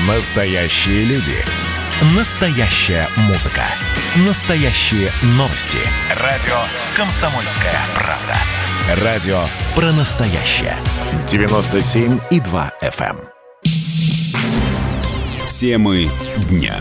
Настоящие люди. Настоящая музыка. Настоящие новости. Радио «Комсомольская правда». Радио про настоящее. 97,2 FM. Темы дня.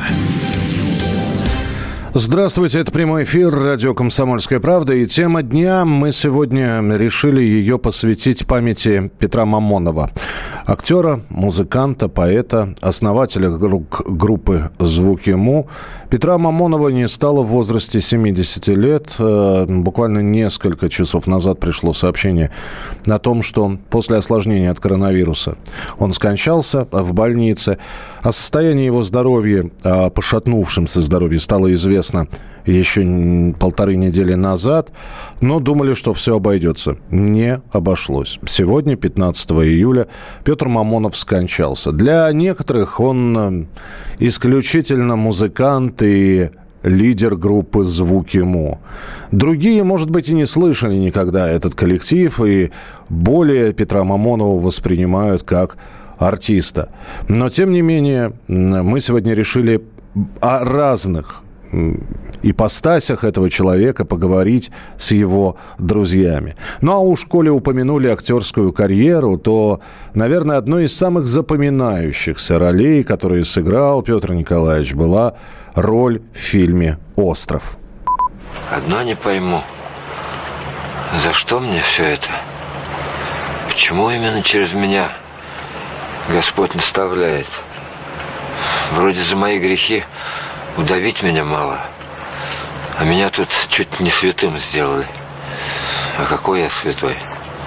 Здравствуйте, это прямой эфир радио «Комсомольская правда». И тема дня, мы сегодня решили ее посвятить памяти Петра Мамонова. Актера, музыканта, поэта, основателя группы «Звуки Му». Петра Мамонова не стало в возрасте 70 лет. Буквально несколько часов назад пришло сообщение о том, что после осложнения от коронавируса он скончался в больнице. О состоянии его здоровья, о пошатнувшемся здоровье стало известно еще 1,5 недели назад, но думали, что все обойдется. Не обошлось. Сегодня, 15 июля, Петр Мамонов скончался. Для некоторых он исключительно музыкант и лидер группы «Звуки Му». Другие, может быть, и не слышали никогда этот коллектив, и более Петра Мамонова воспринимают как артиста. Но, тем не менее, мы сегодня решили о разных ипостасях этого человека поговорить с его друзьями. Ну, а уж коли упомянули актерскую карьеру, то, наверное, одной из самых запоминающихся ролей, которые сыграл Петр Николаевич, была роль в фильме «Остров». Одно не пойму. За что мне все это? Почему именно через меня Господь наставляет? Вроде за мои грехи удавить меня мало, а меня тут чуть не святым сделали. А какой я святой?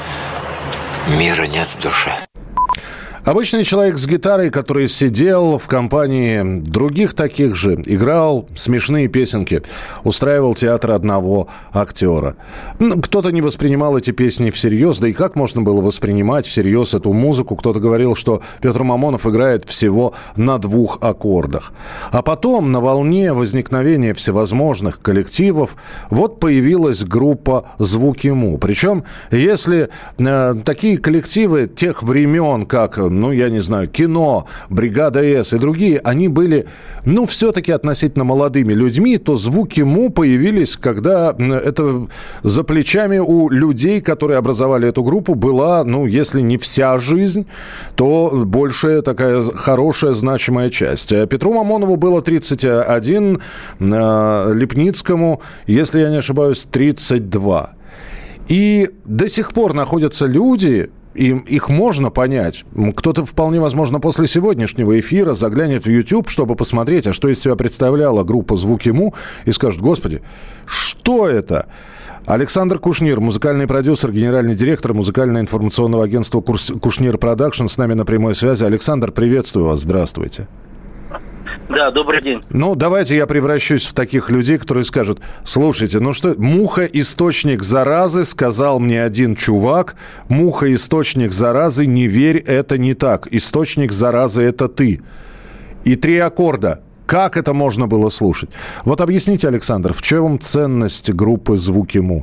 Мира нет в душе. Обычный человек с гитарой, который сидел в компании других таких же, играл смешные песенки, устраивал театр одного актера. Кто-то не воспринимал эти песни всерьез, да и как можно было воспринимать всерьез эту музыку? Кто-то говорил, что Петр Мамонов играет всего на 2 аккордах. А потом, на волне возникновения всевозможных коллективов, вот появилась группа «Звуки Му». Причем, если такие коллективы тех времен, как... я не знаю, «Кино», «Бригада С» и другие, они были, все-таки относительно молодыми людьми, то «Звуки Му» появились, когда это за плечами у людей, которые образовали эту группу, была, если не вся жизнь, то большая такая хорошая, значимая часть. Петру Мамонову было 31, Лепницкому, если я не ошибаюсь, 32. И до сих пор находятся люди... И их можно понять. Кто-то, вполне возможно, после сегодняшнего эфира заглянет в YouTube, чтобы посмотреть, а что из себя представляла группа «Звуки Му», и скажет: «Господи, что это?» Александр Кушнир, музыкальный продюсер, генеральный директор музыкально-информационного агентства «Кушнир Продакшн», с нами на прямой связи. Александр, приветствую вас, здравствуйте. Да, добрый день. Давайте я превращусь в таких людей, которые скажут: слушайте, что, муха – источник заразы, сказал мне один чувак, муха – источник заразы, не верь, это не так, источник заразы – это ты. И 3 аккорда. Как это можно было слушать? Вот объясните, Александр, в чем ценность группы «Звуки Му»?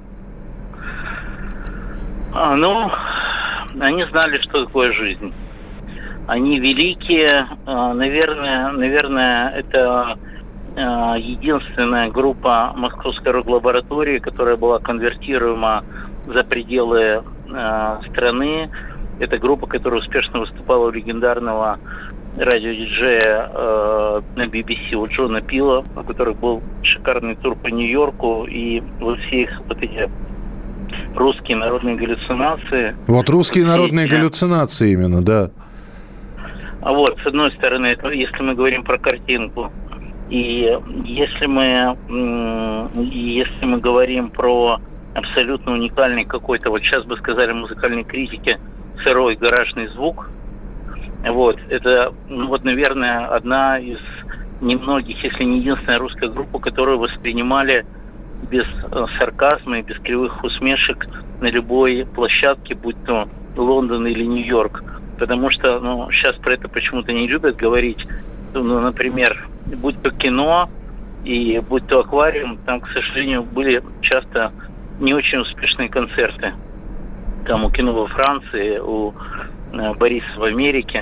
Они знали, что такое жизнь. Они великие. Наверное, это единственная группа Московской рок-лаборатории, которая была конвертируема за пределы страны. Это группа, которая успешно выступала у легендарного радиодиджея на BBC, у Джона Пила, у которых был шикарный тур по Нью-Йорку, и вот все их вот эти русские народные галлюцинации. Вот русские народные галлюцинации именно, да. Вот, с одной стороны, это если мы говорим про картинку, и если мы говорим про абсолютно уникальный какой-то, вот сейчас бы сказали музыкальной критики, сырой гаражный звук, вот, это, наверное, одна из немногих, если не единственная русская группа, которую воспринимали без сарказма и без кривых усмешек на любой площадке, будь то Лондон или Нью-Йорк. Потому что, сейчас про это почему-то не любят говорить. Например, будь то «Кино» и будь то «Аквариум», там, к сожалению, были часто не очень успешные концерты. Там у «Кино» во Франции, у Бориса в Америке.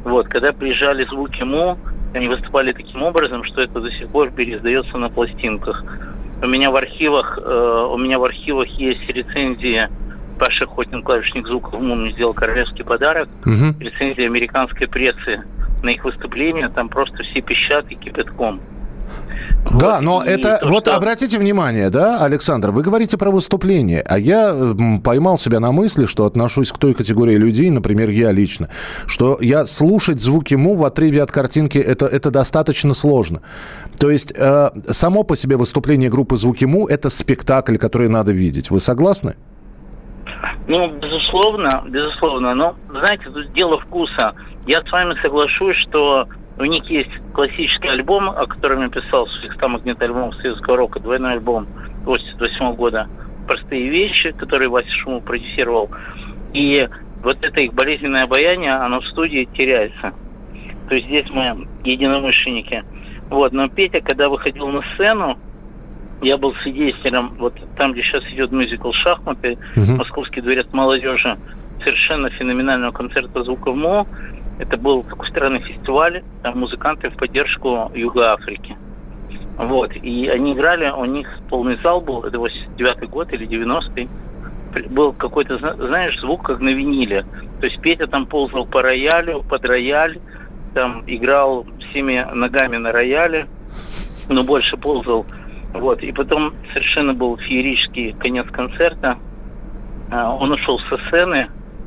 Вот, когда приезжали «Звуки Му», они выступали таким образом, что это до сих пор переиздается на пластинках. У меня в архивах есть рецензии. Паша Охотин, клавишник «Звуков Му», мне сделал королевский подарок. Рецензия американской прессы на их выступления. Там просто все пищат и кипятком. Да, вот, но это... То, вот что... обратите внимание, да, Александр, вы говорите про выступление, а я поймал себя на мысли, что отношусь к той категории людей, например, я лично, что слушать «Звуки Му» в отрыве от картинки это достаточно сложно. То есть само по себе выступление группы «Звуки Му» — это спектакль, который надо видеть. Вы согласны? Ну, безусловно. Но, знаете, тут дело вкуса. Я с вами соглашусь, что у них есть классический альбом, о котором я писал, «100 магнит-альбом советского рока», двойной альбом 1988 года, «Простые вещи», который Вася Шумов продюсировал. И вот это их болезненное обаяние, оно в студии теряется. То есть здесь мы единомышленники. Вот. Но Петя, когда выходил на сцену, я был свидетелем, вот там, где сейчас идет мюзикл «Шахматы», Московский дворец молодежи, совершенно феноменального концерта «Звуков Му». Это был такой странный фестиваль, там музыканты в поддержку Юга Африки. Вот. И они играли, у них полный зал был, это 89-й год или 90-й. Был какой-то, знаешь, звук как на виниле. То есть Петя там ползал по роялю, под рояль, там играл всеми ногами на рояле, но больше ползал. Вот. И потом совершенно был феерический конец концерта. Он ушел со сцены,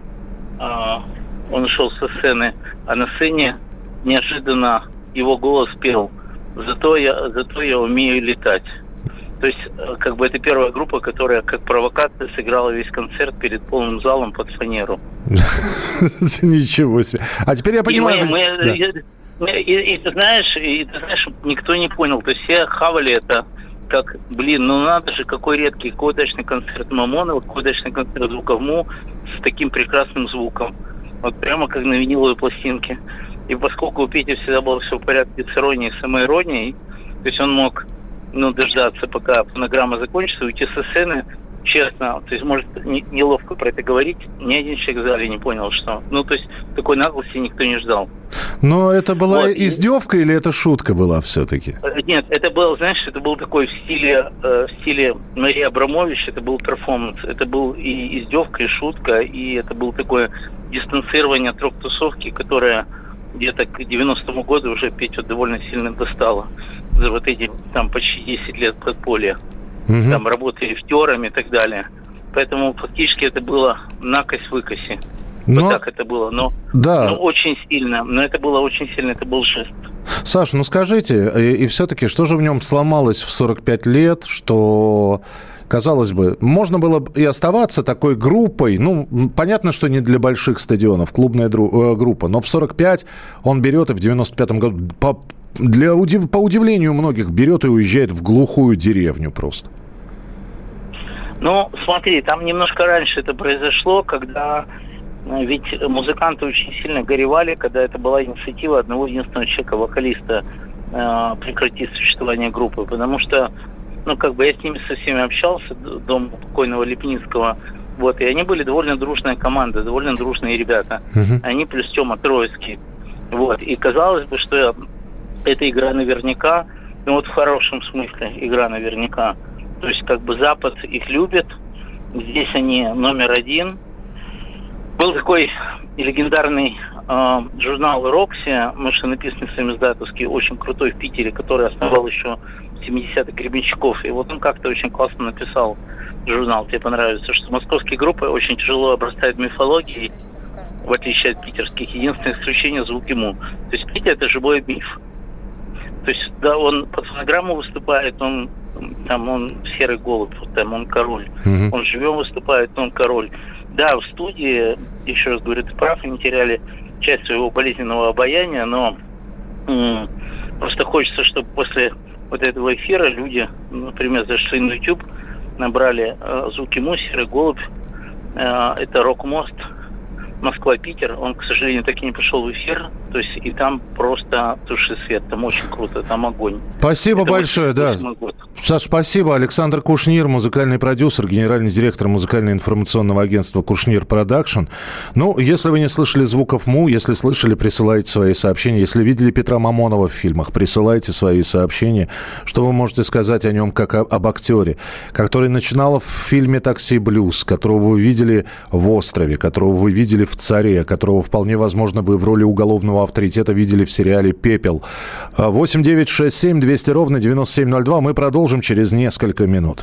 а на сцене неожиданно его голос пел «Зато я умею летать». То есть, как бы это первая группа, которая как провокация сыграла весь концерт перед полным залом под фанеру. Ничего себе. А теперь я понимаю... И ты знаешь, никто не понял. То есть все хавали это как, ну надо же, какой редкий, какой удачный концерт Мамонова, какой удачный концерт «Звуков Му» с таким прекрасным звуком. Вот прямо как на виниловой пластинке. И поскольку у Пети всегда было все в порядке с иронией, самоиронией, то есть он мог дождаться, пока фонограмма закончится, уйти со сцены, честно, то есть, может, неловко про это говорить, ни один человек в зале не понял, что... Ну, то есть, такой наглости никто не ждал. Но это была издевка или это шутка была все-таки? Нет, это был, знаешь, это был такой в стиле Марии Абрамович, это был перформанс, это был и издевка, и шутка, и это было такое дистанцирование от рок-тусовки, которая где-то к 90-му году уже Петю довольно сильно достала. За вот эти там почти 10 лет подполья. Там работали рифтерами и так далее. Поэтому фактически это было накось-выкоси. Вот так это было. Но очень сильно. Но это было очень сильно, это был жест. Саш, ну скажите, и все-таки, что же в нем сломалось в 45 лет, что... Казалось бы, можно было и оставаться такой группой. Ну, понятно, что не для больших стадионов, клубная группа. Но в 45 он берет и в 95-м году, по удивлению многих, берет и уезжает в глухую деревню просто. Ну, смотри, там немножко раньше это произошло, когда... Ведь музыканты очень сильно горевали, когда это была инициатива одного единственного человека, вокалиста, прекратить существование группы. Потому что я с ними со всеми общался, дом покойного Лепницкого, вот, и они были довольно дружная команда, довольно дружные ребята. Они плюс Тёма Троицкий. Вот, и казалось бы, что эта игра наверняка, в хорошем смысле, игра наверняка. То есть, Запад их любит, здесь они номер один. Был такой легендарный журнал «Рокси», машинописный самоиздатовский, очень крутой в Питере, который основал еще 70-х Гребенщиков. И вот он как-то очень классно написал журнал, тебе понравится, что московские группы очень тяжело обрастают мифологией, в отличие от питерских. Единственное исключение — «Звуки Му». То есть Питер — это живой миф. То есть, да, он под фонограмму выступает, он серый голубь, там он король. Он живем выступает, он король. Да, в студии, еще раз говорю, ты прав, они теряли часть своего болезненного обаяния, но просто хочется, чтобы после вот этого эфира люди, например, зашли на YouTube, набрали «Звуки Му», «Серый голубь», это «Рок-мост», Москва-Питер. Он, к сожалению, так и не пошел в эфир. То есть и там просто туши свет, там очень круто, там огонь. Спасибо большое, да. Саш, спасибо. Александр Кушнир, музыкальный продюсер, генеральный директор музыкально-информационного агентства «Кушнир Продакшн». Ну, если вы не слышали звуков Му, если слышали, присылайте свои сообщения. Если видели Петра Мамонова в фильмах, присылайте свои сообщения. Что вы можете сказать о нем как об актере, который начинал в фильме «Такси Блюз», которого вы видели в «Острове», которого вы видели в «Царе», которого, вполне возможно, вы в роли уголовного авторитета видели в сериале «Пепел». 8 9 6 7 200 ровно 9702. Мы продолжим через несколько минут.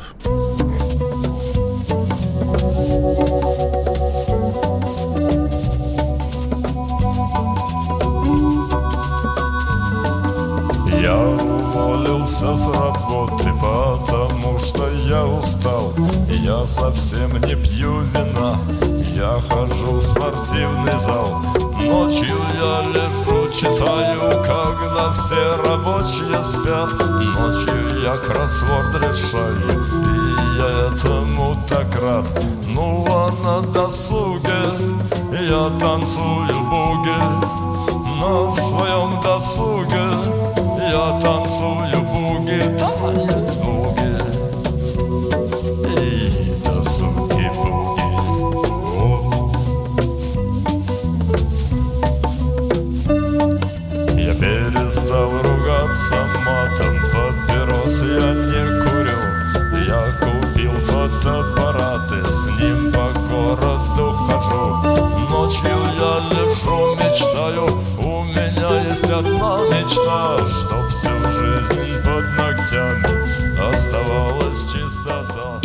Я уволился с работы, потому что я устал. Я совсем не пью вина, я хожу в спортивный зал. Ночью я лежу, читаю, когда все рабочие спят. Ночью я кроссворд решаю, и я этому так рад. Ну а на досуге я танцую буги. На своем досуге я танцую буги. Танец буги и досуги буги. Я перестал ругаться матом, папирос я не курю. Я купил фотоаппарат и с ним по городу хожу. Ночью я лежу, мечтаю, у меня есть одна мечта, чтоб всю жизнь под ногтями оставалась чистота.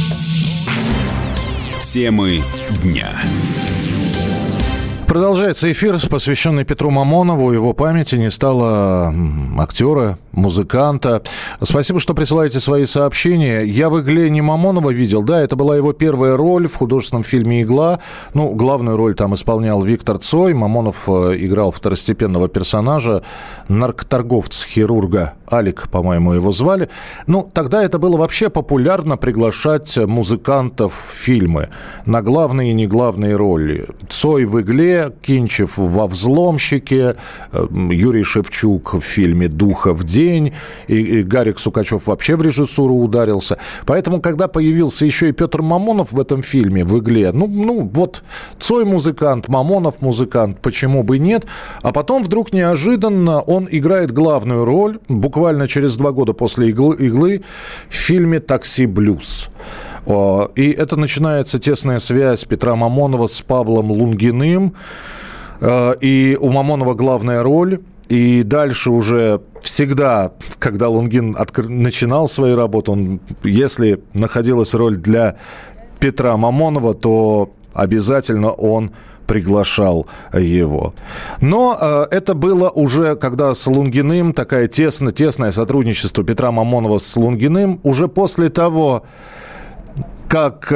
Темы дня. Продолжается эфир, посвященный Петру Мамонову. Его памяти не стало актера, музыканта. Спасибо, что присылаете свои сообщения. Я в «Игле» не Мамонова видел. Да, это была его первая роль в художественном фильме «Игла». Ну, главную роль там исполнял Виктор Цой. Мамонов играл второстепенного персонажа, наркоторговца-хирурга. Алик, по-моему, его звали. Ну, тогда это было вообще популярно приглашать музыкантов в фильмы на главные и неглавные роли. Цой в «Игле», Кинчев во «Взломщике», Юрий Шевчук в фильме «Духа в день», и Гарик Сукачев вообще в режиссуру ударился. Поэтому, когда появился еще и Петр Мамонов в этом фильме, в «Игле», ну вот Цой музыкант, Мамонов музыкант, почему бы нет? А потом вдруг неожиданно он играет главную роль, буквально через 2 года после «Иглы», в фильме «Такси Блюз». И это начинается тесная связь Петра Мамонова с Павлом Лунгиным. И у Мамонова главная роль. И дальше уже всегда, когда Лунгин начинал свою работу, если находилась роль для Петра Мамонова, то обязательно он приглашал его. Но это было уже, когда с Лунгиным, такое тесное сотрудничество Петра Мамонова с Лунгиным, уже после того, как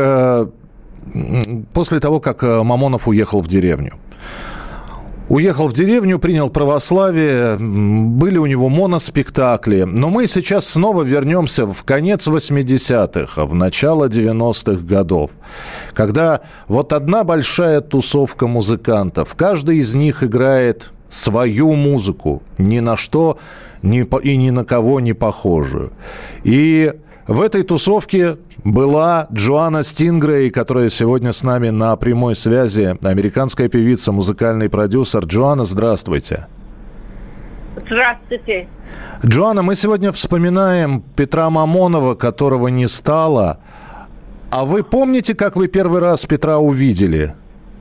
Мамонов уехал в деревню. Уехал в деревню, принял православие, были у него моноспектакли. Но мы сейчас снова вернемся в конец 80-х, в начало 90-х годов, когда вот одна большая тусовка музыкантов, каждый из них играет свою музыку, ни на что и ни на кого не похожую. И в этой тусовке была Джоанна Стингрей, которая сегодня с нами на прямой связи. Американская певица, музыкальный продюсер. Джоанна, здравствуйте. Здравствуйте. Джоанна, мы сегодня вспоминаем Петра Мамонова, которого не стало. А вы помните, как вы первый раз Петра увидели?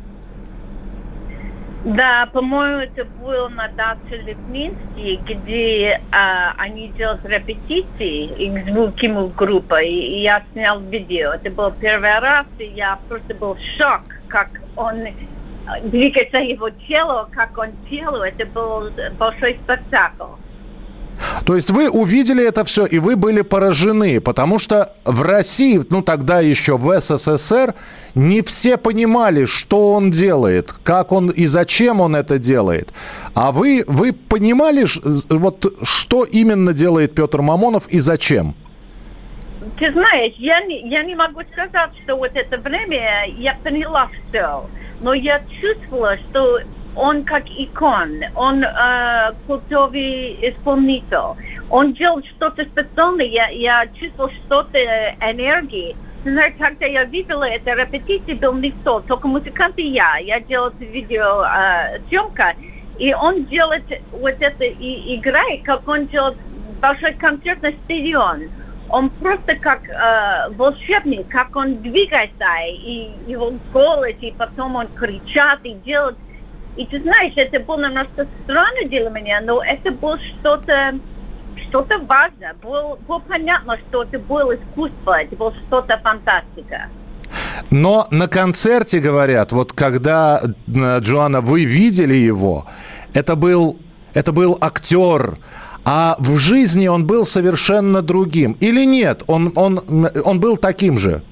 Да, по-моему, это было на даче Липнинский, где они делали репетиции, их звуким группой, и я снял видео. Это был первый раз, и я просто был в шок, как он двигается, его тело, как он пел. Это был большой спектакль. То есть вы увидели это все, и вы были поражены, потому что в России, тогда еще в СССР, не все понимали, что он делает, как он и зачем он это делает. А вы понимали, вот что именно делает Петр Мамонов и зачем? Ты знаешь, я не могу сказать, что вот это время я поняла все, но я чувствовала, что он как икон, он культовый исполнитель. Он делал что-то специальное, я чувствовал что-то энергии. Знаешь, когда я видела это репетиции, был никто, только музыкант и я делала видеосъемка, и он делает вот это и играет, как он делает большой концертный стадион. Он просто как волшебник, как он двигается, и его голос, и потом он кричит и делает. И ты знаешь, это было немножко странно для меня, но это было что-то важное. Было понятно, что это было искусство, это было что-то фантастика. Но на концерте, говорят, вот когда, Джоанна, вы видели его, это был актер, а в жизни он был совершенно другим. Или нет? Он был таким же?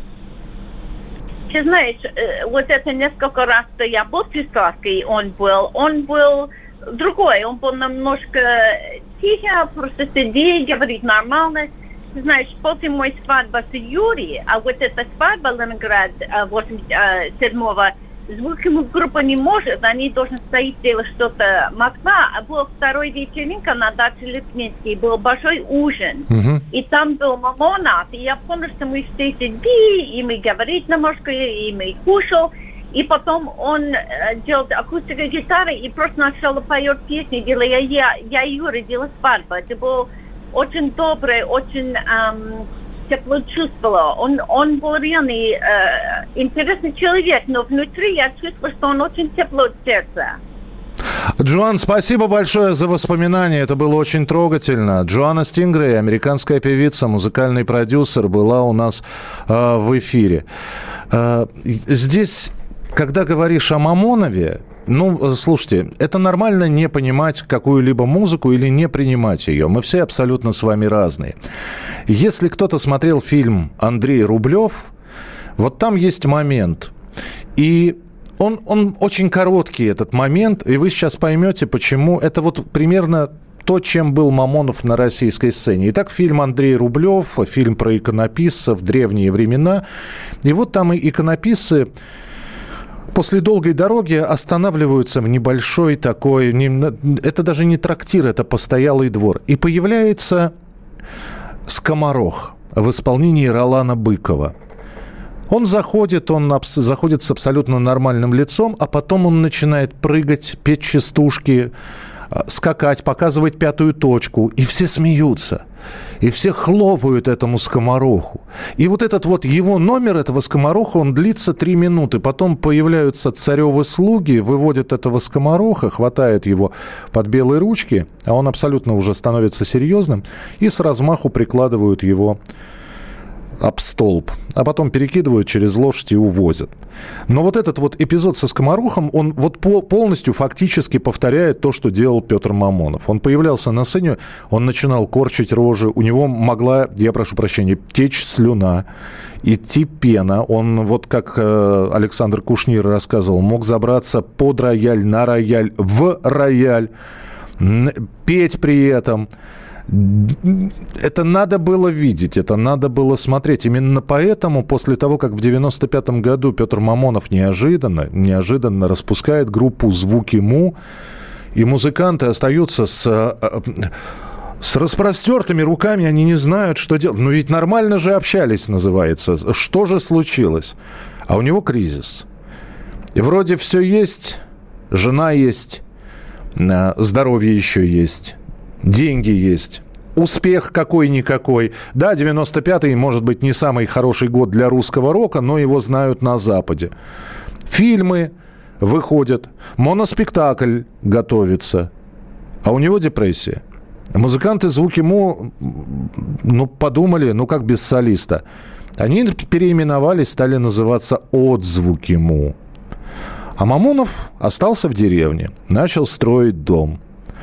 Ты знаешь, вот это несколько раз, что я был в Песковске, он был другой, он был немножко тихо, просто сидеть, говорить нормально. Ты знаешь, после моей свадьбы с Юрием, а вот эта свадьба Ленинград 87-го, звуковая группа не может, они должны стоять, делать что-то Москва, а была вторая вечеринка на даче Липницкий, был большой ужин, и там был Мамонов, и я помню, что мы все сидели, и мы говорили немножко, и мы кушали, и потом он делал акустику гитары, и просто начал поет песни, делая я Юра, делала свадьбу, это было очень доброе, очень... тепло чувствовала. Он был реальный интересный человек, но внутри я чувствовала, что он очень тепло от сердца. Джоан, спасибо большое за воспоминания. Это было очень трогательно. Джоанна Стингрей, американская певица, музыкальный продюсер, была у нас в эфире. Здесь, когда говоришь о Мамонове, слушайте, это нормально не понимать какую-либо музыку или не принимать ее. Мы все абсолютно с вами разные. Если кто-то смотрел фильм «Андрей Рублев», вот там есть момент. И он очень короткий, этот момент, и вы сейчас поймете, почему. Это вот примерно то, чем был Мамонов на российской сцене. Итак, фильм «Андрей Рублев», фильм про иконописцев в древние времена. И вот там и иконописцы после долгой дороги останавливаются в небольшой такой... Это даже не трактир, это постоялый двор. И появляется скоморох в исполнении Ролана Быкова. Он заходит с абсолютно нормальным лицом, а потом он начинает прыгать, петь частушки, скакать, показывать пятую точку. И все смеются. И все хлопают этому скомороху. И вот этот вот его номер, этого скомороха, он длится 3 минуты. Потом появляются царевы слуги, выводят этого скомороха, хватают его под белые ручки, а он абсолютно уже становится серьезным, и с размаху прикладывают его об столб, а потом перекидывают через лошадь и увозят. Но вот этот вот эпизод со скоморохом, он вот полностью фактически повторяет то, что делал Петр Мамонов. Он появлялся на сцене, он начинал корчить рожи, у него могла, я прошу прощения, течь слюна, идти пена. Он, вот как Александр Кушнир рассказывал, мог забраться под рояль, на рояль, в рояль, петь при этом. Это надо было видеть, это надо было смотреть. Именно поэтому после того, как в 1995 году Петр Мамонов неожиданно распускает группу «Звуки Му», и музыканты остаются с распростертыми руками, они не знают, что делать. Но ведь нормально же общались, называется. Что же случилось? А у него кризис. И вроде все есть, жена есть, здоровье еще есть. Деньги есть. Успех какой-никакой. Да, 95-й, может быть, не самый хороший год для русского рока, но его знают на Западе. Фильмы выходят. Моноспектакль готовится. А у него депрессия. Музыканты «Звуки Му», подумали, как без солиста. Они переименовались, стали называться «Отзвуки Му». А Мамонов остался в деревне. Начал строить дом,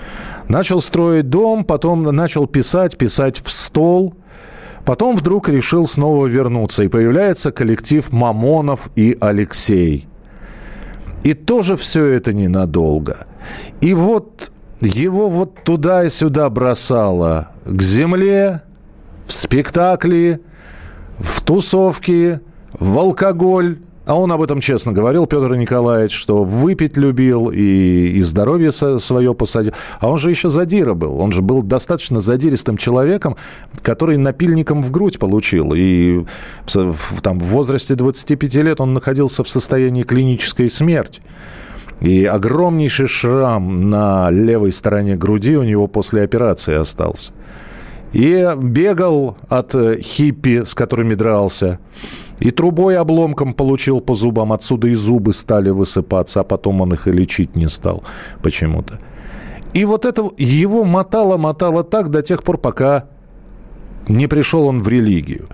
потом начал писать в стол. Потом вдруг решил снова вернуться. И появляется коллектив Мамонов и Алексей. И тоже все это ненадолго. И вот его вот туда и сюда бросало. К земле, в спектакли, в тусовки, в алкоголь, А он об этом честно говорил, Петр Николаевич, что выпить любил и здоровье свое посадил. А он же еще задира был. Он же был достаточно задиристым человеком, который напильником в грудь получил. И в возрасте 25 лет он находился в состоянии клинической смерти. И огромнейший шрам на левой стороне груди у него после операции остался. И бегал от хиппи, с которыми дрался. И трубой обломком получил по зубам. Отсюда и зубы стали высыпаться, а потом он их и лечить не стал почему-то. И вот это его мотало так до тех пор, пока не пришел он в религию.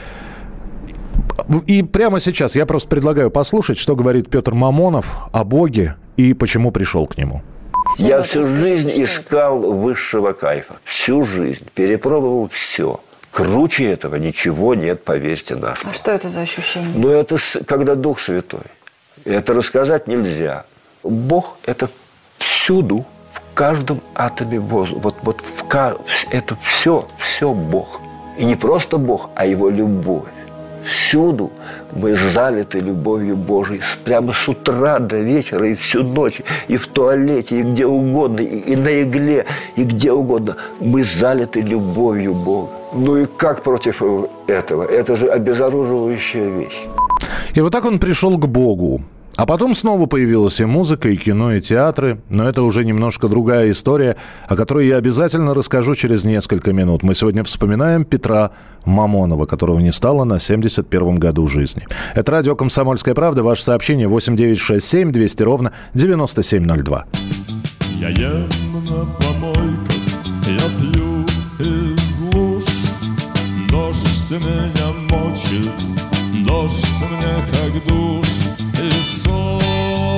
И прямо сейчас я просто предлагаю послушать, что говорит Петр Мамонов о Боге и почему пришел к нему. Я всю жизнь искал высшего кайфа. Всю жизнь. Перепробовал все. Круче этого ничего нет, поверьте на слово. А что это за ощущение? Ну, это когда Дух Святой. Это рассказать нельзя. Бог – это всюду, в каждом атоме воздуха. Это все Бог. И не просто Бог, а Его любовь. Всюду мы залиты любовью Божией. Прямо с утра до вечера, и всю ночь, и в туалете, и где угодно, и на игле, и где угодно. Мы залиты любовью Бога. Ну и как против этого? Это же обезоруживающая вещь. И вот так он пришел к Богу. А потом снова появилась и музыка, и кино, и театры. Но это уже немножко другая история, о которой я обязательно расскажу через несколько минут. Мы сегодня вспоминаем Петра Мамонова, которого не стало на 71-м году жизни. Это радио «Комсомольская правда». Ваше сообщение 8967 200 ровно 9702. Я ем на помойках, я пью из луж. Дождь меня мочит, дождь мне как душ. И солнце.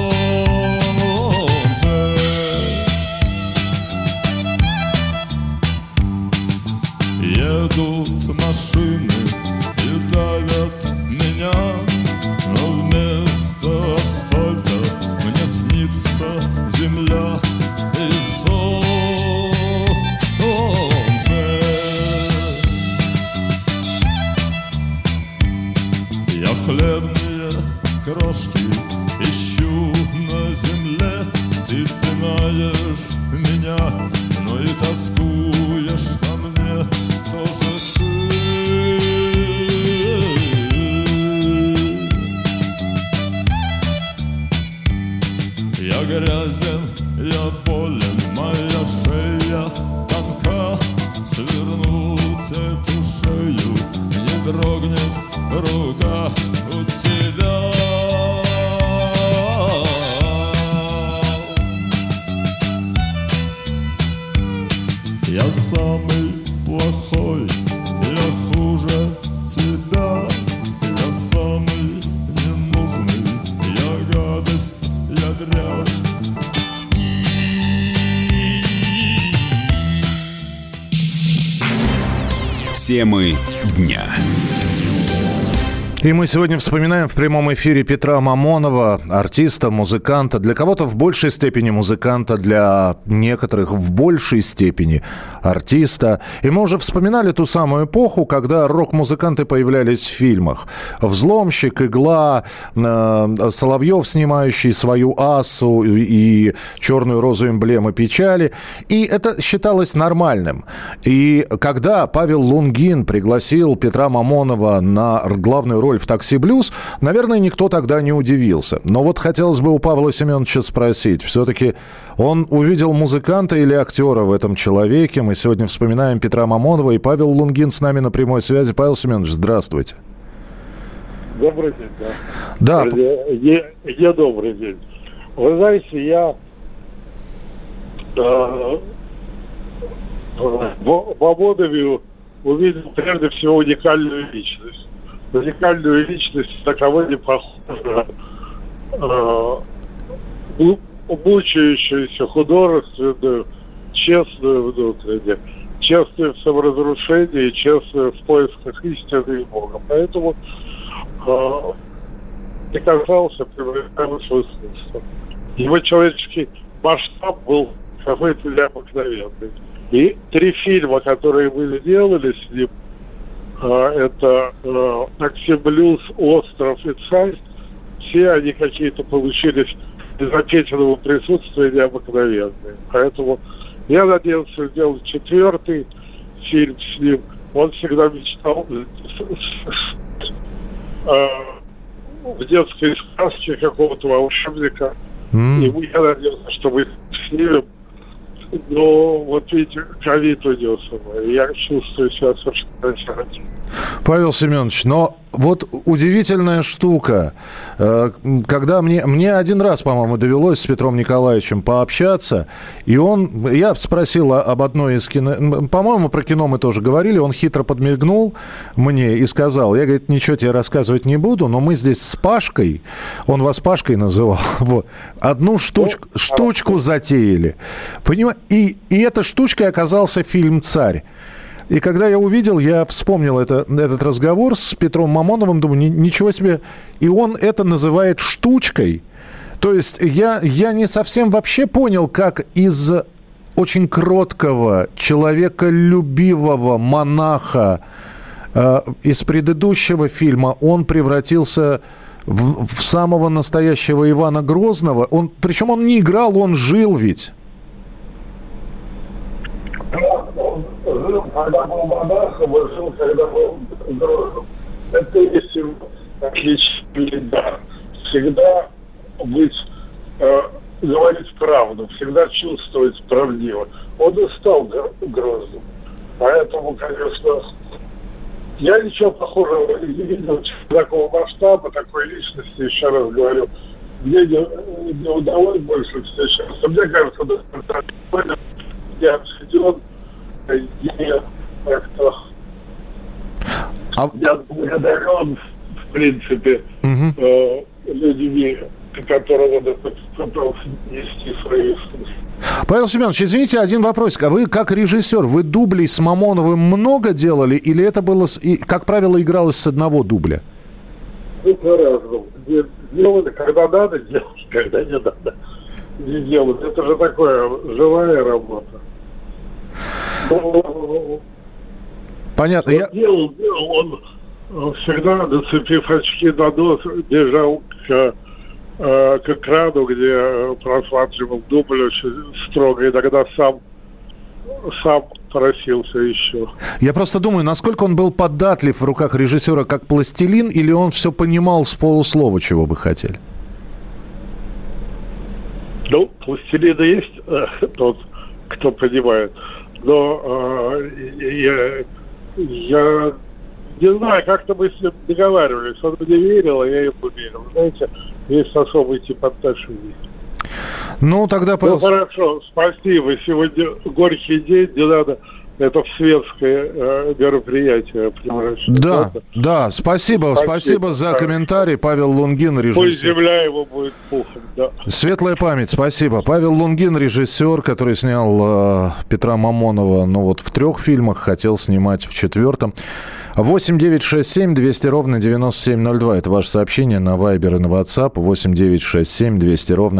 Едут машины и давят меня, но вместо асфальта мне снится земля и солнце. Я хлебные крошки ищу на земле, ты пинаешь меня, но и тоскуешь по мне тоже ты. Я грязен, я болен, моя шея тонка, свернуть эту шею не дрогнет рука у тебя. Я самый плохой, я хуже тебя, я самый ненужный, я гадость, я дрянь. Темы дня. И мы сегодня вспоминаем в прямом эфире Петра Мамонова, артиста, музыканта. Для кого-то в большей степени музыканта, для некоторых в большей степени артиста. И мы уже вспоминали ту самую эпоху, когда рок-музыканты появлялись в фильмах. «Взломщик», «Игла», Соловьев, снимающий свою «Ассу» и «Черную розу» эмблемы печали. И это считалось нормальным. И когда Павел Лунгин пригласил Петра Мамонова на главную роль в «Такси Блюз», наверное, никто тогда не удивился. Но вот хотелось бы у Павла Семеновича спросить. Все-таки он увидел музыканта или актера в этом человеке. Мы сегодня вспоминаем Петра Мамонова, и Павел Лунгин с нами на прямой связи. Павел Семенович, здравствуйте. Добрый день, да. Да. Я добрый день. Вы знаете, я в Мамонове увидел прежде всего уникальную личность. Уникальную личность таковой не похожа, мучающуюся, художественную, честную внутренне, честную в саморазрушении, честную в поисках истины и Бога. Поэтому не казался привлекаемым искусством. Его человеческий масштаб был какой-то необыкновенный. И 3 фильма, которые мы делали с ним, это «Такси Блюз», «Остров» и «Царь», все они какие-то получились из отечественного присутствия необыкновенные. Поэтому я надеялся сделать 4-й фильм с ним. Он всегда мечтал в детской сказке какого-то волшебника. И я надеялся, что мы снимем. Но вот видите, ковид унес его. Я чувствую себя совершенно одиноким. Павел Семенович, но вот удивительная штука. Когда мне один раз, по-моему, довелось с Петром Николаевичем пообщаться, и я спросил об одной из кино... По-моему, про кино мы тоже говорили, он хитро подмигнул мне и сказал, я, говорит, ничего тебе рассказывать не буду, но мы здесь с Пашкой, он вас Пашкой называл, вот, одну штучку затеяли. Понимаете? И этой штучкой оказался фильм «Царь». И когда я увидел, я вспомнил этот разговор с Петром Мамоновым, думаю, ничего себе. И он это называет штучкой. То есть я не совсем вообще понял, как из очень кроткого, человеколюбивого монаха из предыдущего фильма он превратился в самого настоящего Ивана Грозного. Причем он не играл, он жил ведь. Жил, когда был монахом, и жил, когда был Грозным. Это есть его отличный дар. Всегда говорить правду, всегда чувствовать правдиво. Он и стал Грозным. Поэтому, конечно, я ничего похожего не видел, такого масштаба, такой личности, еще раз говорю. Мне не удалось больше встречаться. Мне кажется, я обсуден, я как-то я благодарен, в принципе, людьми, которым он пытался нести свои искусства. Павел Семенович, извините, один вопросик. А вы как режиссер, вы дублей с Мамоновым много делали? Или это было, как правило, игралось с одного дубля? Ну, по-разному. Делали, когда надо делать, когда не надо не делать. Это же такое живая работа. Понятно. Делал, он всегда, нацепив очки на нос, бежал к экрану, где просматривал дубль очень строго, иногда сам просился еще. Я просто думаю, насколько он был податлив в руках режиссера как пластилин, или он все понимал с полуслова, чего бы хотели? Ну, пластилин есть тот, кто понимает. Но я не знаю, как-то мы с ним договаривались. Он мне верил, а я ему верил. Знаете, есть особый тип отношений. Ну, тогда... Ну, хорошо, спасибо. Сегодня горький день, не надо это в светское мероприятие превращать. Да, спасибо за комментарий. Павел Лунгин, режиссер. Пусть земля его будет пухом, да. Светлая память, спасибо. Павел Лунгин, режиссер, который снял Петра Мамонова, в 3 фильмах, хотел снимать в 4-м. 8 967 200 ровно 9702. Это ваше сообщение на Вайбер и на WhatsApp. 8 967 200 ровно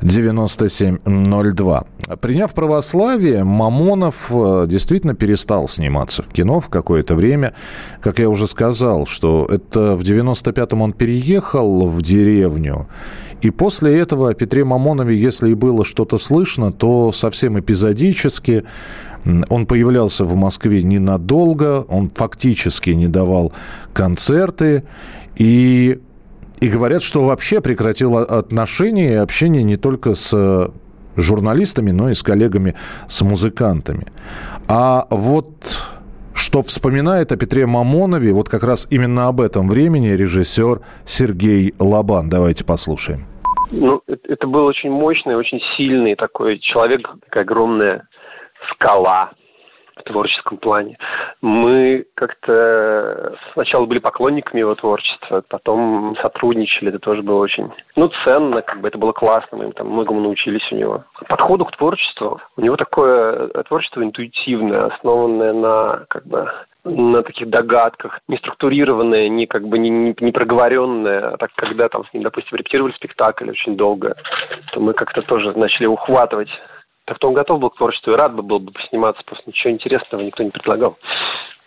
9702. Приняв православие, Мамонов действительно перестал сниматься в кино в какое-то время. Как я уже сказал, что это в 95-м он переехал в деревню. И после этого о Петре Мамонове, если и было что-то слышно, то совсем эпизодически. Он появлялся в Москве ненадолго, он фактически не давал концерты. И говорят, что вообще прекратил отношения и общение не только с журналистами, но и с коллегами, с музыкантами. А вот что вспоминает о Петре Мамонове, вот как раз именно об этом времени режиссер Сергей Лобан. Давайте послушаем. Это был очень мощный, очень сильный такой человек, такая огромная скала в творческом плане. Мы как-то сначала были поклонниками его творчества, потом сотрудничали, это тоже было очень, ценно, это было классно, мы там многому научились у него. Подходу к творчеству, у него такое творчество интуитивное, основанное на таких догадках, не структурированное, не проговоренное. А так, когда там с ним, допустим, репетировали спектакль очень долго, то мы как-то тоже начали ухватывать. Так-то он готов был к творчеству и рад был бы посниматься, просто ничего интересного никто не предлагал.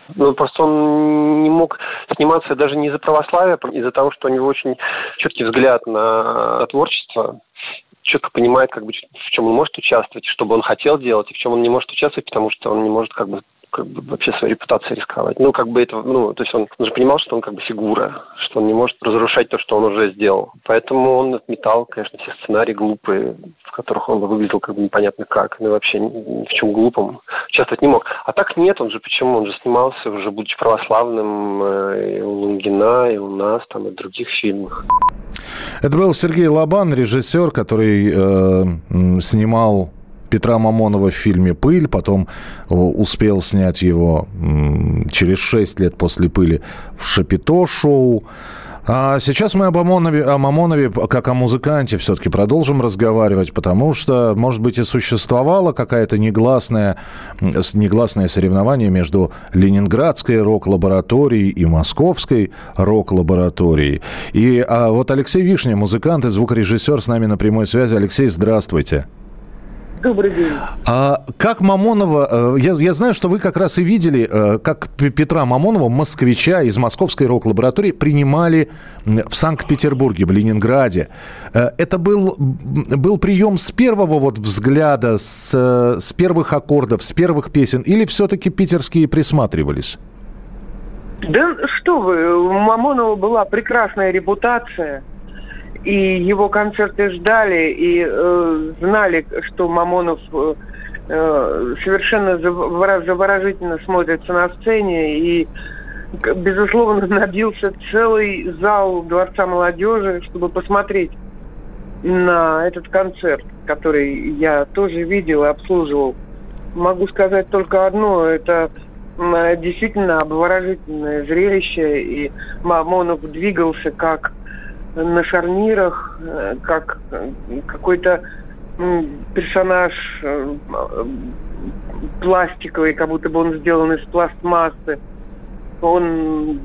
Ну, просто он не мог сниматься даже не из-за православия, из-за того, что у него очень четкий взгляд на творчество, четко понимает, как бы, в чем он может участвовать, что бы он хотел делать, и в чем он не может участвовать, потому что он не может как бы вообще своей репутацией рисковать. Ну, как бы это, ну, то есть он же понимал, что он как бы фигура, что он не может разрушать то, что он уже сделал. Поэтому он отметал, конечно, все сценарии глупые, в которых он бы выглядел как бы непонятно как, ну, вообще ни в чем глупом участвовать не мог. А так нет, он же почему? Он же снимался уже, будучи православным, и у Лунгина, и у нас, там, и в других фильмах. Это был Сергей Лобан, режиссер, который снимал Петра Мамонова в фильме «Пыль», потом успел снять его через 6 лет после «Пыли» в «Шапито-шоу». А сейчас мы о Мамонове, как о музыканте, все-таки продолжим разговаривать, потому что, может быть, и существовало какое-то негласное соревнование между Ленинградской рок-лабораторией и Московской рок-лабораторией. И вот Алексей Вишня, музыкант и звукорежиссер, с нами на прямой связи. Алексей, здравствуйте. Добрый день. Как Мамонова... Я знаю, что вы как раз и видели, как Петра Мамонова, москвича из Московской рок-лаборатории, принимали в Санкт-Петербурге, в Ленинграде. Это был прием с первого вот взгляда, с первых аккордов, с первых песен, или все-таки питерские присматривались? Да что вы, у Мамонова была прекрасная репутация. И его концерты ждали, и знали, что Мамонов совершенно заворожительно смотрится на сцене. И, безусловно, набился целый зал Дворца молодежи, чтобы посмотреть на этот концерт, который я тоже видел и обслуживал. Могу сказать только одно, это действительно обворожительное зрелище, и Мамонов двигался как на шарнирах, как какой-то персонаж пластиковый, как будто бы он сделан из пластмассы. Он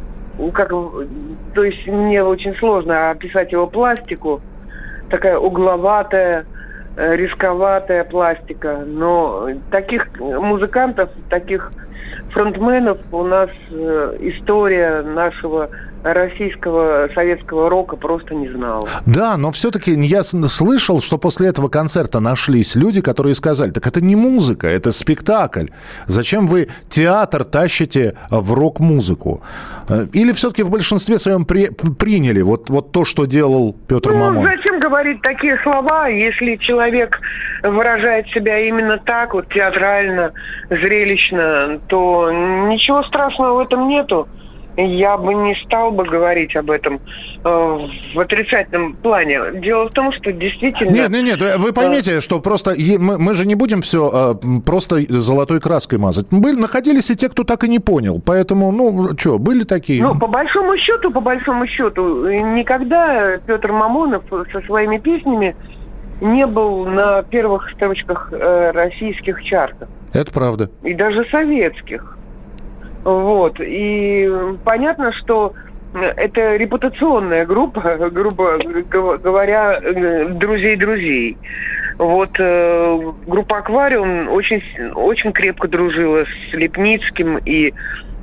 то есть мне очень сложно описать его пластику, такая угловатая, рисковатая пластика. Но таких музыкантов, таких фронтменов у нас история нашего российского советского рока просто не знала. Да, но все-таки я слышал, что после этого концерта нашлись люди, которые сказали, так это не музыка, это спектакль. Зачем вы театр тащите в рок-музыку? Или все-таки в большинстве своем приняли вот то, что делал Петр Мамонов? Зачем говорить такие слова, если человек выражает себя именно так, вот театрально, зрелищно, то ничего страшного в этом нету. Я бы не стал бы говорить об этом в отрицательном плане. дело в том, что действительно... Нет, вы поймите, что просто мы же не будем все просто золотой краской мазать. Находились и те, кто так и не понял. Поэтому, были такие... По большому счету, никогда Петр Мамонов со своими песнями не был на первых строчках российских чартов. Это правда. И даже советских. Вот. И понятно, что это репутационная группа, грубо говоря, друзей. Вот группа «Аквариум» очень крепко дружила с Лепницким, и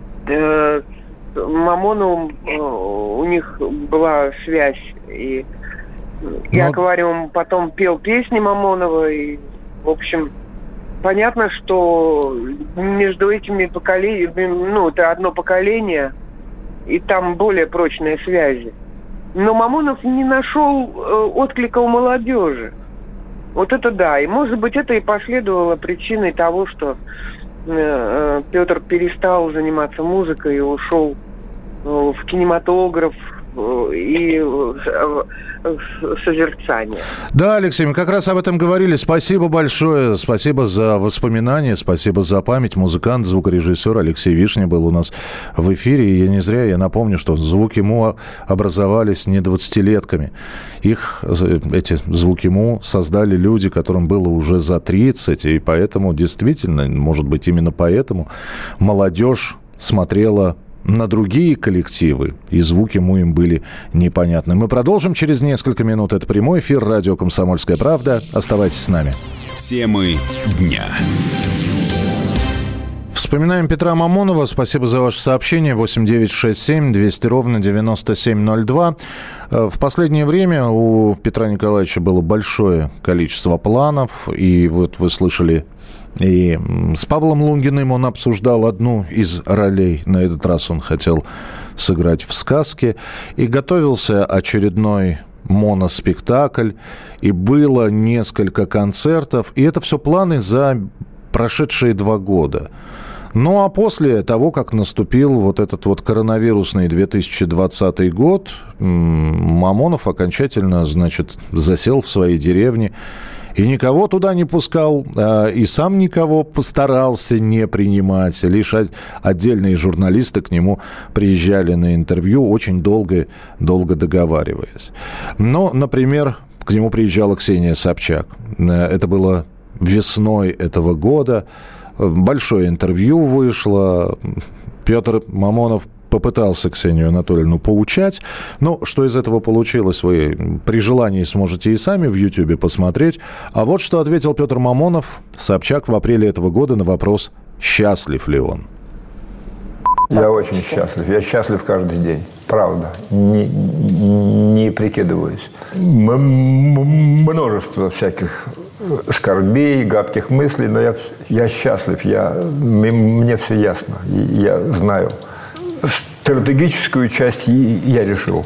Мамоновым у них была связь. И «Аквариум» потом пел песни Мамонова, и, в общем... Понятно, что между этими поколениями, это одно поколение, и там более прочные связи. Но Мамонов не нашел отклика у молодежи. Вот это да. И, может быть, это и последовало причиной того, что Петр перестал заниматься музыкой и ушел в кинематограф и созерцание. Да, Алексей, мы как раз об этом говорили. Спасибо большое. Спасибо за воспоминания, спасибо за память. Музыкант, звукорежиссер Алексей Вишня был у нас в эфире. И я не зря, я напомню, что звуки МУ образовались не 20-летками. Эти звуки МУ создали люди, которым было уже за 30. И поэтому, действительно, может быть, именно поэтому молодежь смотрела на другие коллективы, и звуки им были непонятны. Мы продолжим через несколько минут. Это прямой эфир радио «Комсомольская правда». Оставайтесь с нами. Темы дня. Вспоминаем Петра Мамонова. Спасибо за ваше сообщение. 8967 200 ровно 9702. В последнее время у Петра Николаевича было большое количество планов. И вот вы слышали, и с Павлом Лунгиным он обсуждал одну из ролей. На этот раз он хотел сыграть в сказке. И готовился очередной моноспектакль. И было несколько концертов. И это все планы за прошедшие 2 года. Ну, а после того, как наступил вот этот вот коронавирусный 2020 год, Мамонов окончательно, значит, засел в своей деревне и никого туда не пускал, и сам никого постарался не принимать. Лишь отдельные журналисты к нему приезжали на интервью, очень долго договариваясь. Но, например, к нему приезжала Ксения Собчак. Это было весной этого года. Большое интервью вышло. Петр Мамонов попытался Ксению Анатольевну поучать. Но что из этого получилось, вы при желании сможете и сами в Ютьюбе посмотреть. А вот что ответил Петр Мамонов, Собчак, в апреле этого года на вопрос, счастлив ли он. Я очень счастлив. Я счастлив каждый день. Правда. Не прикидываюсь. Множество всяких скорбей, гадких мыслей, но я счастлив. Мне все ясно. Я знаю. Стратегическую часть я решил.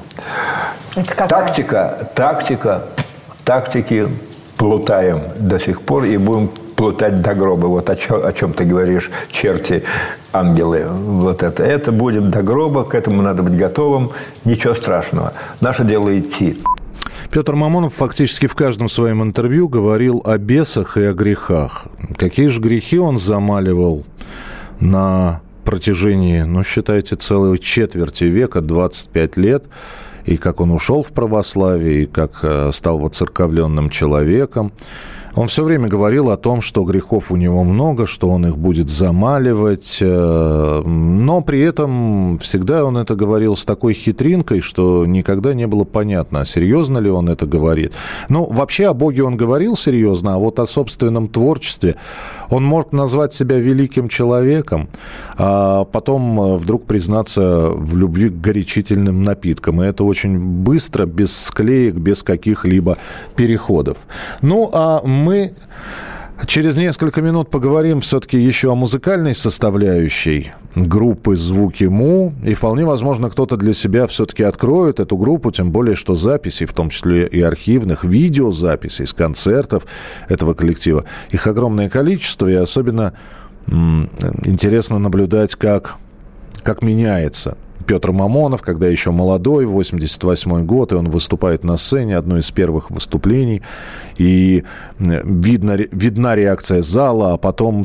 Тактики плутаем до сих пор и будем плутать до гроба. Вот о чем ты говоришь, черти, ангелы. Вот это будем до гроба, к этому надо быть готовым. Ничего страшного. Наше дело идти. Петр Мамонов фактически в каждом своем интервью говорил о бесах и о грехах. Какие же грехи он замаливал на протяжении, считайте, целой четверти века, 25 лет, и как он ушел в православие, и как стал воцерковленным человеком. Он все время говорил о том, что грехов у него много, что он их будет замаливать, но при этом всегда он это говорил с такой хитринкой, что никогда не было понятно, серьезно ли он это говорит. Вообще о Боге он говорил серьезно, а вот о собственном творчестве он мог назвать себя великим человеком, а потом вдруг признаться в любви к горячительным напиткам. И это очень быстро, без склеек, без каких-либо переходов. А мы через несколько минут поговорим все-таки еще о музыкальной составляющей группы «Звуки Му». И вполне возможно, кто-то для себя все-таки откроет эту группу, тем более, что записей, в том числе и архивных, видеозаписей с концертов этого коллектива, их огромное количество. И особенно интересно наблюдать, как меняется Петр Мамонов, когда еще молодой, 88 год, и он выступает на сцене, одно из первых выступлений, и видна реакция зала, а потом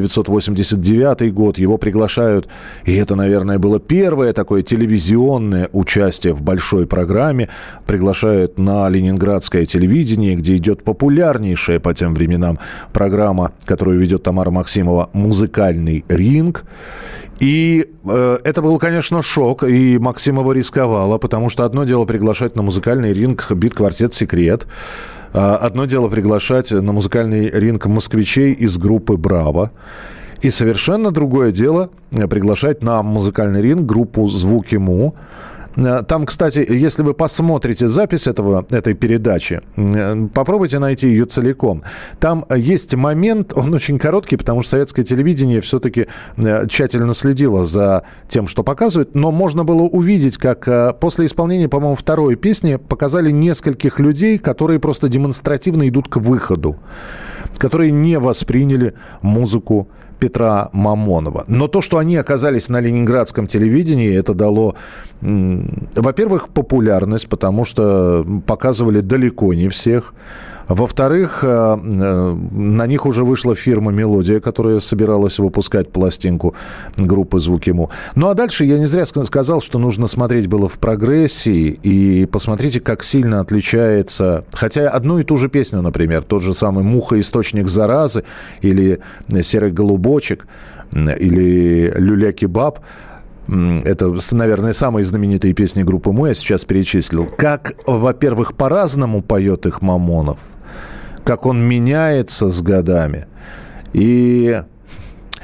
1989 год, его приглашают, и это, наверное, было первое такое телевизионное участие в большой программе, приглашают на ленинградское телевидение, где идет популярнейшая по тем временам программа, которую ведет Тамара Максимова, «Музыкальный ринг». И это был, конечно, шок, и Максимова рисковала, потому что одно дело приглашать на музыкальный ринг бит-квартет «Секрет», одно дело приглашать на музыкальный ринг москвичей из группы «Браво», и совершенно другое дело приглашать на музыкальный ринг группу «Звуки Му». Там, кстати, если вы посмотрите запись этой передачи, попробуйте найти ее целиком. Там есть момент, он очень короткий, потому что советское телевидение все-таки тщательно следило за тем, что показывает, но можно было увидеть, как после исполнения, по-моему, второй песни показали нескольких людей, которые просто демонстративно идут к выходу, которые не восприняли музыку Петра Мамонова. Но то, что они оказались на ленинградском телевидении, это дало, во-первых, популярность, потому что показывали далеко не всех. Во-вторых, на них уже вышла фирма «Мелодия», которая собиралась выпускать пластинку группы «Звуки Му». Ну, а дальше я не зря сказал, что нужно смотреть было в прогрессии. И посмотрите, как сильно отличается... Хотя одну и ту же песню, например, тот же самый «Муха, источник заразы» или «Серый голубочек» или «Люля-кебаб». Это, наверное, самые знаменитые песни группы «Му», я сейчас перечислил. Как, во-первых, по-разному поет их Мамонов, как он меняется с годами. И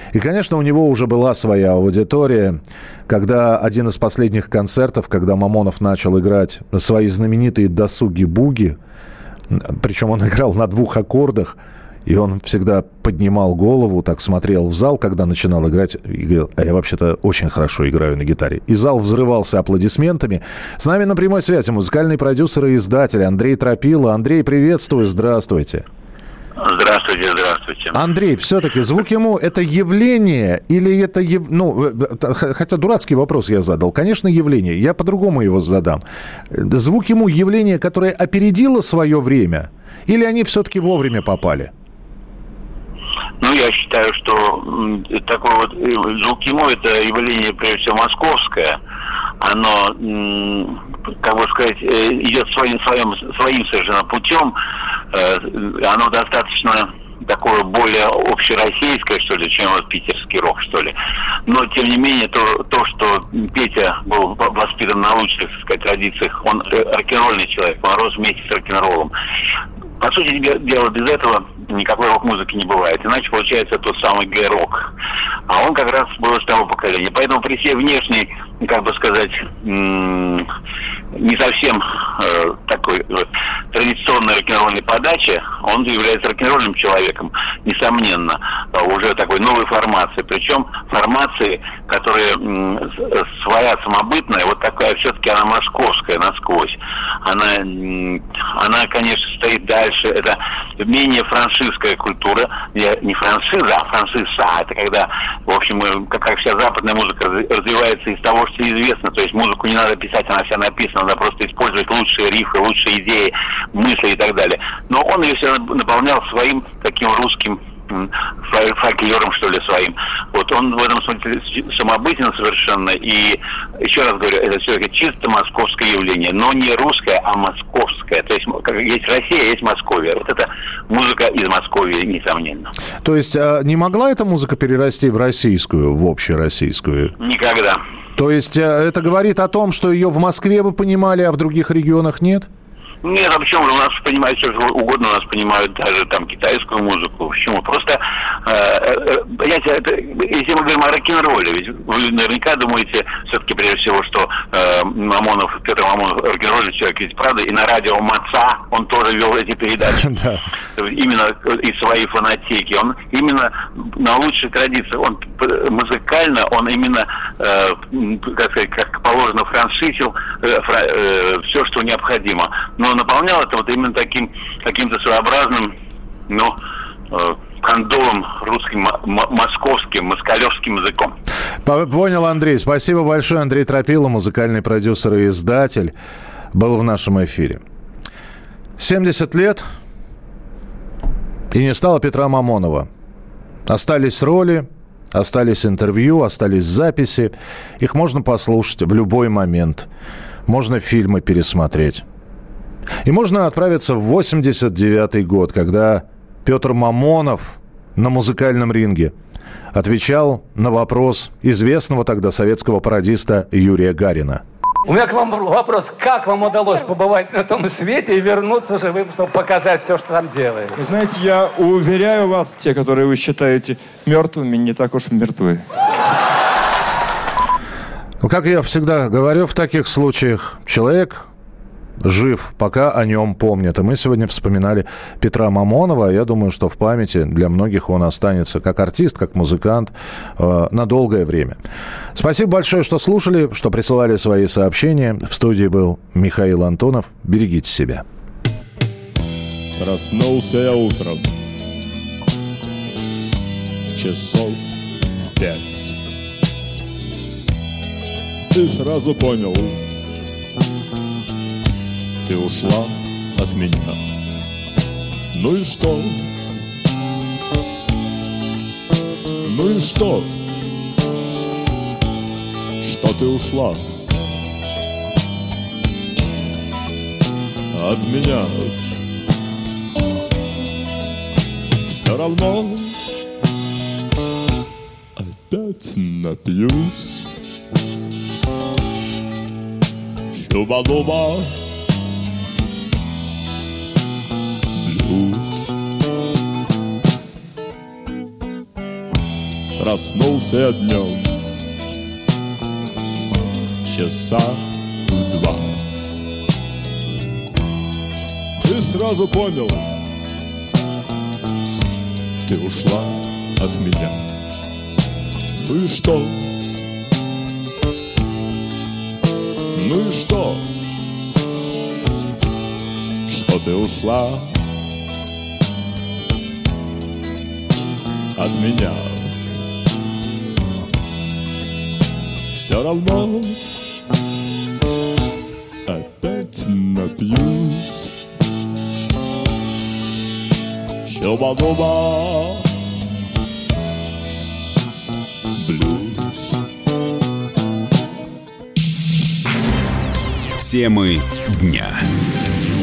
И, конечно, у него уже была своя аудитория. Когда один из последних концертов, когда Мамонов начал играть свои знаменитые «Досуги-буги», причем он играл на 2 аккордах, и он всегда поднимал голову, так смотрел в зал, когда начинал играть, и говорил: а я вообще-то очень хорошо играю на гитаре. И зал взрывался аплодисментами. С нами на прямой связи музыкальный продюсер и издатель Андрей Тропила. Андрей, приветствую, здравствуйте. Здравствуйте, здравствуйте. Андрей, все-таки звук ему — это явление или это... хотя дурацкий вопрос я задал. Конечно, явление. Я по-другому его задам. Звук ему — явление, которое опередило свое время, или они все-таки вовремя попали? Ну, я считаю, что такой вот звук ему — это явление, прежде всего, московское. Оно, как бы сказать, идет своим совершенно путем. Оно достаточно такое более общероссийское, что ли, чем вот питерский рок, что ли. Но, тем не менее, то, что Петя был воспитан на лучших, так сказать, традициях, он рок-н-ролльный человек, он рос вместе с рок-н-роллом. По сути дела, без этого никакой рок-музыки не бывает. Иначе получается тот самый гей-рок. А он как раз был из того поколения. Поэтому при всей внешней, как бы сказать, не совсем такой традиционной рок-н-ролльной подаче, он является рок-н-ролльным человеком, несомненно, уже такой новой формации. Причем формации, которая своя, самобытная, вот такая все-таки она московская насквозь. Она, конечно, стоит дальше. Это менее французская культура. Не франшиза, а франциза. Это когда, в общем, как вся западная музыка развивается из того, что известно. То есть музыку не надо писать, она вся написана. Надо просто использовать лучшие рифы, лучшие идеи, мысли и так далее. Но он ее все наполнял своим таким русским фольклором, что ли, своим. Вот он в этом смысле самобытен совершенно. И, еще раз говорю, это все-таки чисто московское явление. Но не русское, а московское. То есть, как есть Россия, есть Московия. Вот это музыка из Московии, несомненно. То есть, не могла эта музыка перерасти в российскую, в общероссийскую? Никогда. То есть, это говорит о том, что ее в Москве вы понимали, а в других регионах нет? Нет, а почему? У нас понимают все что угодно, у нас понимают даже там китайскую музыку. Почему? Просто, понимаете, если мы говорим о рок-н-ролле, ведь вы наверняка думаете все-таки прежде всего, что Петр Мамонов рок-н-ролльный человек, ведь правда, и на радио МАЦА он тоже вел эти передачи. Именно из своей фонотеки. Он именно на лучшей традиции. Он музыкально, он именно, как сказать, как положено, франшизил все, что необходимо. Но наполнял это вот именно таким каким-то своеобразным, кондовым русским, московским, москалевским языком. Понял, Андрей. Спасибо большое. Андрей Тропила, музыкальный продюсер и издатель, был в нашем эфире. 70 лет, и не стало Петра Мамонова. Остались роли, остались интервью, остались записи. Их можно послушать в любой момент. Можно фильмы пересмотреть. И можно отправиться в 89-й год, когда Петр Мамонов на музыкальном ринге отвечал на вопрос известного тогда советского пародиста Юрия Гарина. У меня к вам вопрос. Как вам удалось побывать на том свете и вернуться живым, чтобы показать все, что там делается? Вы знаете, я уверяю вас, те, которые вы считаете мертвыми, не так уж мертвы. Как я всегда говорю в таких случаях, человек жив, пока о нем помнят. И мы сегодня вспоминали Петра Мамонова. Я думаю, что в памяти для многих он останется как артист, как музыкант на долгое время. Спасибо большое, что слушали, что присылали свои сообщения. В студии был Михаил Антонов. Берегите себя. Проснулся я утром часов в 5 и сразу понял, ты ушла от меня. Ну и что? Ну и что? Что ты ушла от меня? Все равно опять напьюсь. Чуба-дуба проснулся днем часа в 2. И сразу понял, ты ушла от меня. Ну и что? Ну и что? Что ты ушла от меня? Все равно опять напьюсь. Щоба-дуба блюз. Темы дня.